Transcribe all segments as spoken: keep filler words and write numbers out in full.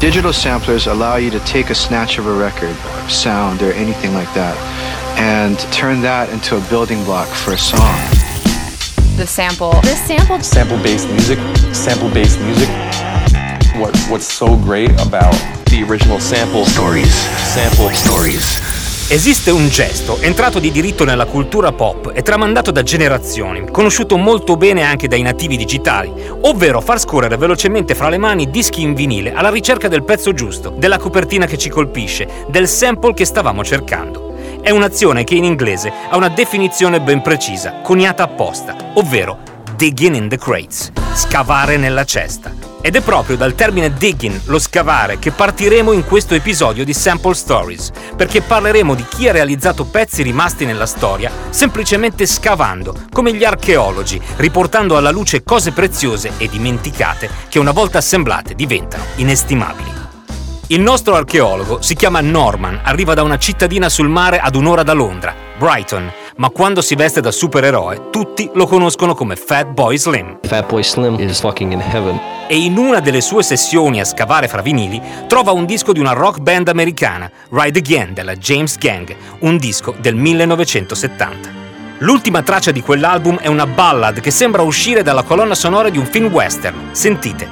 Digital samplers allow you to take a snatch of a record, or sound, or anything like that, and turn that into a building block for a song. The sample. The sample. Sample-based music. Sample-based music. What, what's so great about the original sample stories. Sample stories. Esiste un gesto entrato di diritto nella cultura pop e tramandato da generazioni, conosciuto molto bene anche dai nativi digitali, ovvero far scorrere velocemente fra le mani dischi in vinile alla ricerca del pezzo giusto, della copertina che ci colpisce, del sample che stavamo cercando. È un'azione che in inglese ha una definizione ben precisa, coniata apposta, ovvero digging in the crates, scavare nella cesta. Ed è proprio dal termine digging, lo scavare, che partiremo in questo episodio di Sample Stories, perché parleremo di chi ha realizzato pezzi rimasti nella storia semplicemente scavando, come gli archeologi, riportando alla luce cose preziose e dimenticate che una volta assemblate diventano inestimabili. Il nostro archeologo si chiama Norman, arriva da una cittadina sul mare ad un'ora da Londra, Brighton, ma quando si veste da supereroe tutti lo conoscono come Fatboy Slim. Fatboy Slim is fucking in heaven. E in una delle sue sessioni a scavare fra vinili trova un disco di una rock band americana, Ride Again della James Gang, un disco del millenovecentosettanta. L'ultima traccia di quell'album è una ballad che sembra uscire dalla colonna sonora di un film western. Sentite.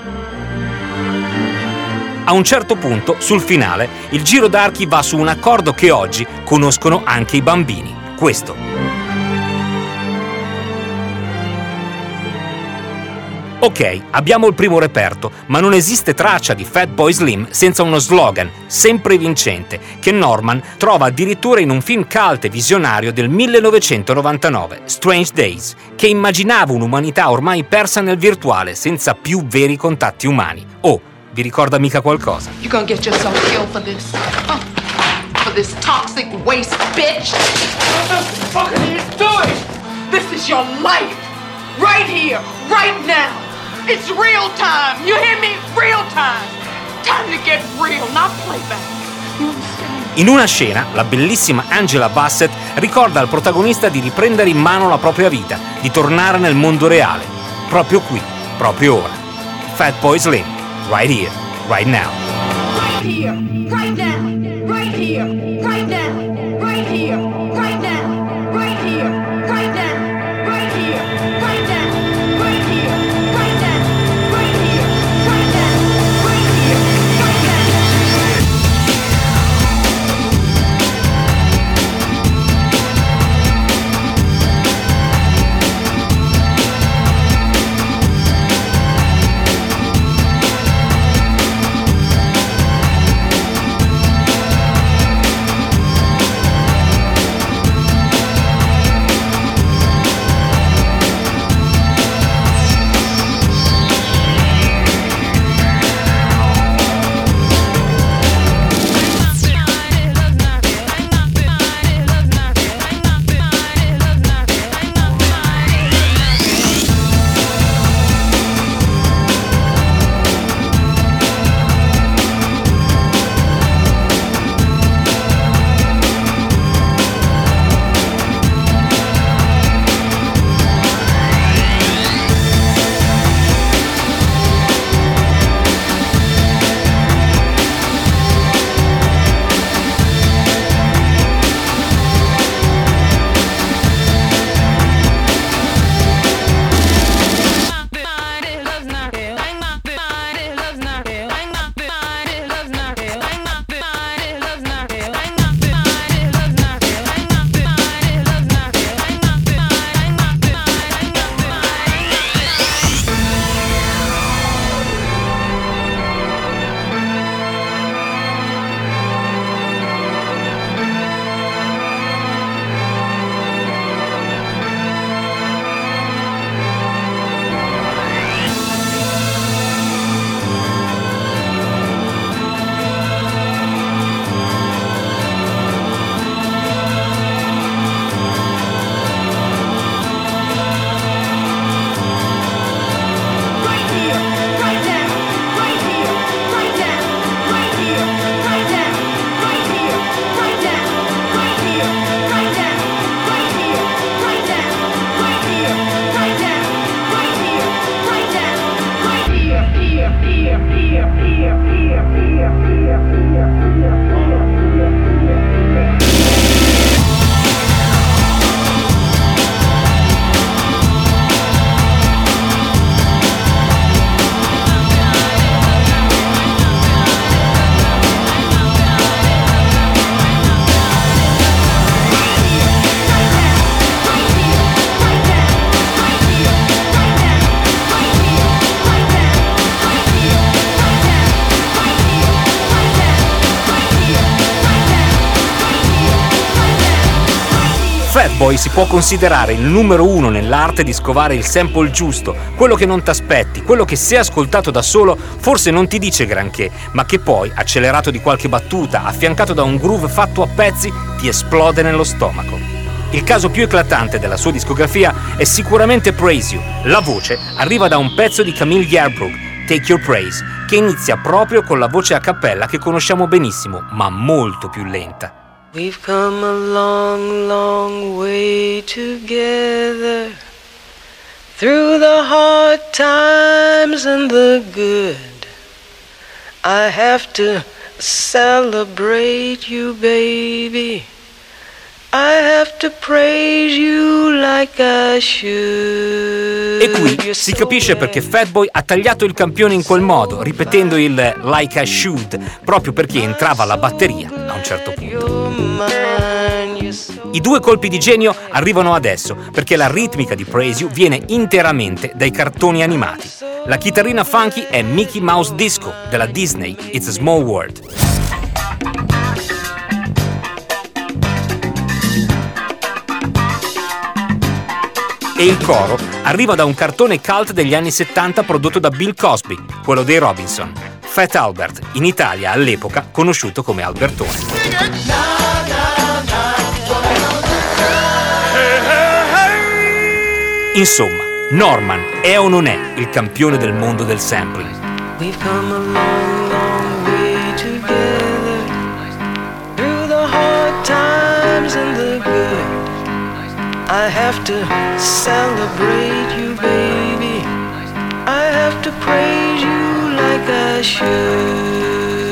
A un certo punto, sul finale, il giro d'archi va su un accordo che oggi conoscono anche i bambini. Questo. Ok, abbiamo il primo reperto, ma non esiste traccia di Fatboy Slim senza uno slogan, sempre vincente, che Norman trova addirittura in un film cult e visionario del millenovecentonovantanove, Strange Days, che immaginava un'umanità ormai persa nel virtuale, senza più veri contatti umani. Oh, vi ricorda mica qualcosa? You're gonna get yourself killed for this. Huh? For this toxic waste, bitch! What the fuck are you doing? This is your life! Right here, right now! It's real time! You hear me? Real time! Time to get real, not playback. You understand? In una scena, la bellissima Angela Bassett ricorda al protagonista di riprendere in mano la propria vita, di tornare nel mondo reale. Proprio qui, proprio ora. Fatboy Slim, right here, right now. Right here, right now, right here, right now, right here, right now, right here, right now, right here, right now, right here, right now, right here, right now, right here, right now. Fatboy si può considerare il numero uno nell'arte di scovare il sample giusto, quello che non t'aspetti, quello che se ascoltato da solo forse non ti dice granché, ma che poi, accelerato di qualche battuta, affiancato da un groove fatto a pezzi, ti esplode nello stomaco. Il caso più eclatante della sua discografia è sicuramente Praise You. La voce arriva da un pezzo di Camille Yarbrough, Take Your Praise, che inizia proprio con la voce a cappella che conosciamo benissimo, ma molto più lenta. We've come a long, long way together, through the hard times and the good. I have to celebrate you, baby. I have to praise you like I should. E qui si capisce perché Fatboy ha tagliato il campione in quel modo, ripetendo il like I should, proprio perché entrava la batteria a un certo punto. I due colpi di genio arrivano adesso, perché la ritmica di Praise You viene interamente dai cartoni animati. La chitarrina funky è Mickey Mouse Disco della Disney, It's a Small World. E il coro arriva da un cartone cult degli anni settanta prodotto da Bill Cosby, quello dei Robinson, Fat Albert, in Italia all'epoca conosciuto come Albertone. Insomma, Norman è o non è il campione del mondo del sampling? We've come a long, long way together, through the hard times and the good. I have to celebrate you, baby. I have to praise you like I should.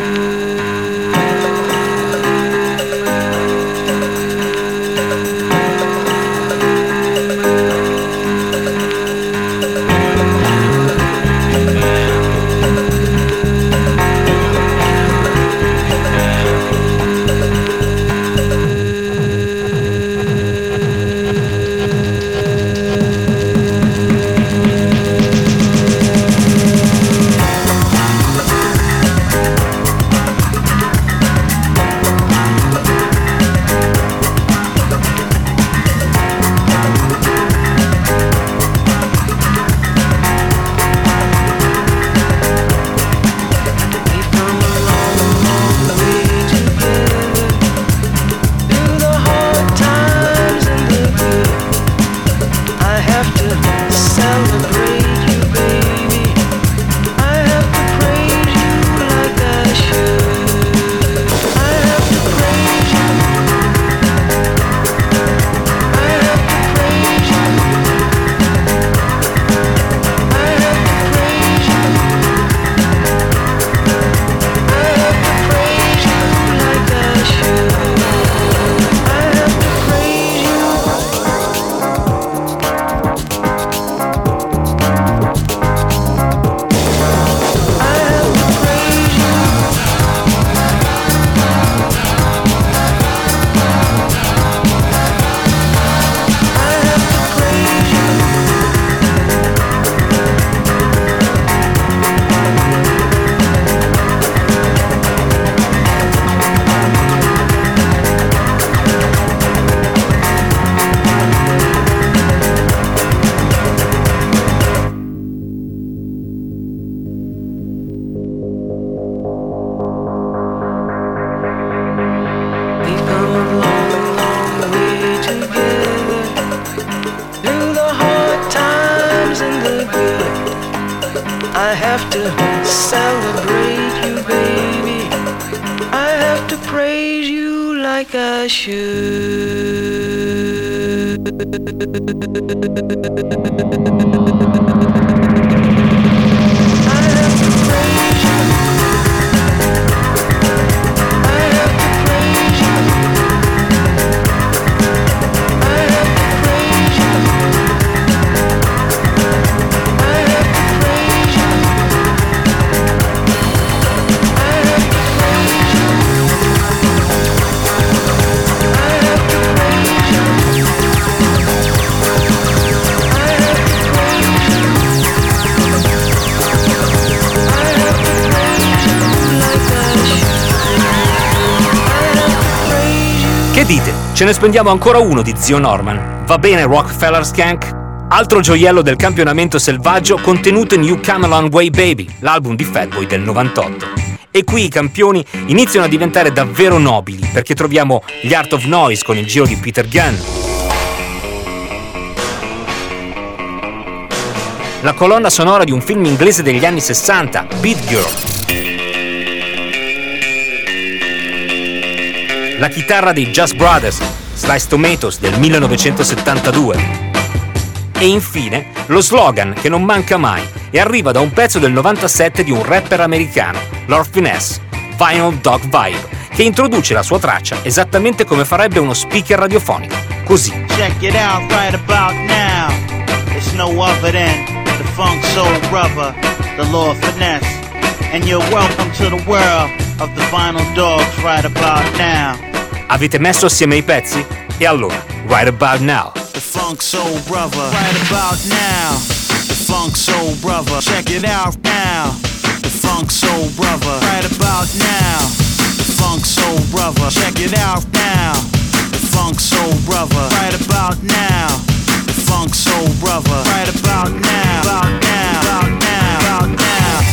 I have to celebrate you, baby. I have to praise you like I should. I have to praise you. I have to praise you. I have to praise you. I have to praise you. I have to praise you. I have to praise you. I have to praise you. Che dite? Ce ne spendiamo ancora uno di Zio Norman? Va bene Rockefeller Skank? Altro gioiello del campionamento selvaggio contenuto in You Come a Long Way Baby, l'album di Fatboy del novantotto. E qui i campioni iniziano a diventare davvero nobili, perché troviamo gli Art of Noise con il giro di Peter Gunn, la colonna sonora di un film inglese degli anni sessanta, Beat Girl, la chitarra dei Just Brothers, Slice Tomatoes del millenovecentosettantadue, e infine lo slogan che non manca mai e arriva da un pezzo del novantasette di un rapper americano, Lord Finesse, Vinyl Dog Vibe, che introduce la sua traccia esattamente come farebbe uno speaker radiofonico, così. Check it out right about now. It's no other than the Funk Soul Brother, the Lord Finesse, and you're welcome to the world of the Vinyl Dogs right about now. Avete messo assieme i pezzi? E allora, right about now. The Funk Soul Brother, right about now. The Funk Soul Brother, check it out now. The Funk Soul Brother, right about now. The Funk Soul Brother, check it out now. The Funk Soul Brother, right about now. The Funk Soul Brother, right about now. About now, about now, about now.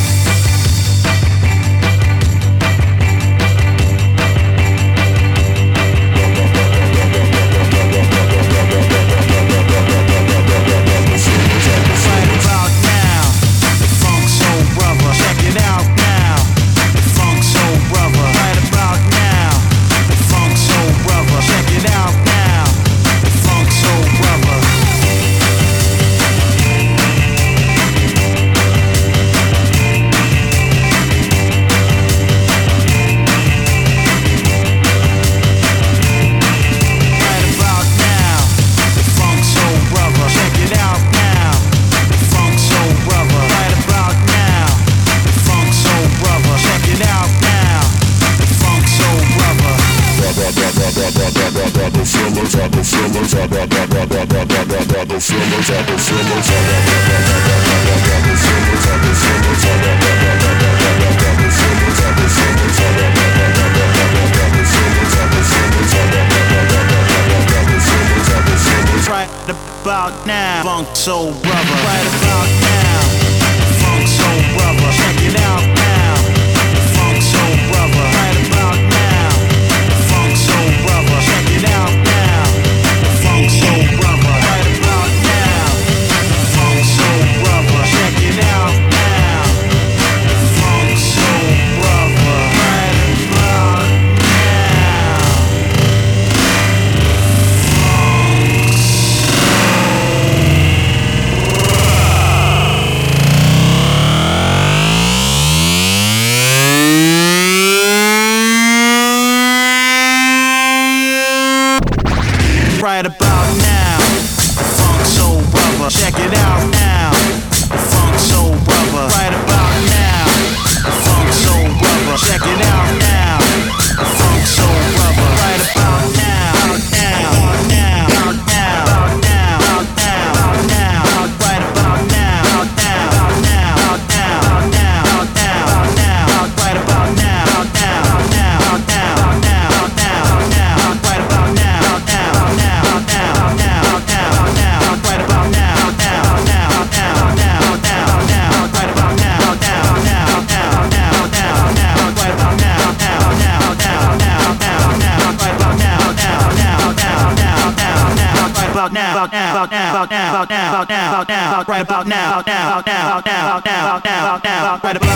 About now, Funk Soul Brother. Right about now, Funk Soul Brother. Check it out now, Funk Soul Brother. Right about now, Funk Soul Brother. Check it out now, Funk Soul Brother. Right about now, Funk Soul Brother. Check it out now, Funk Soul Brother. Right about right about now, Funk Soul Brother. Check it out now, Funk Soul Brother. Right about now, Funk Soul Brother. Check it out now, Funk Soul Brother. Right about now, now, now, now, now, now, now, now, right about now, now, now, now, now, now, now, right about now, now, now, now, now, now, now, right about now, now, now, now, now, now, now, right about now, now, now, now, now, now, now, right about now, now, now, now, now, now, now, right about now, now, now, now, now, now, now, right about now, now, now, now, now, now, now, right about now, now, now, now, now, now, now, right about now, now, now, now, now, now, now, right about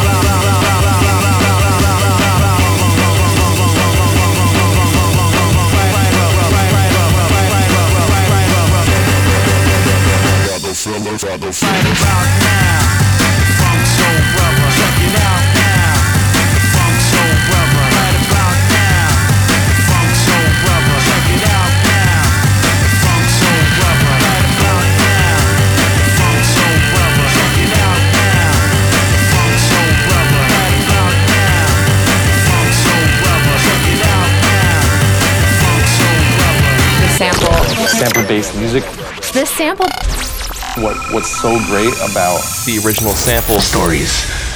right about now, Funk Soul Brother. Check it out now, Funk Soul Brother. Right about now, Funk Soul Brother. Check it out now, Funk Soul Brother. Right about now, Funk Soul Brother. Check it out now, Funk Soul Brother. Right about now, Funk Soul Brother. Check it out now, Funk Soul Brother. The sample. Sample-based music. The sample. What what's so great about the original sample stories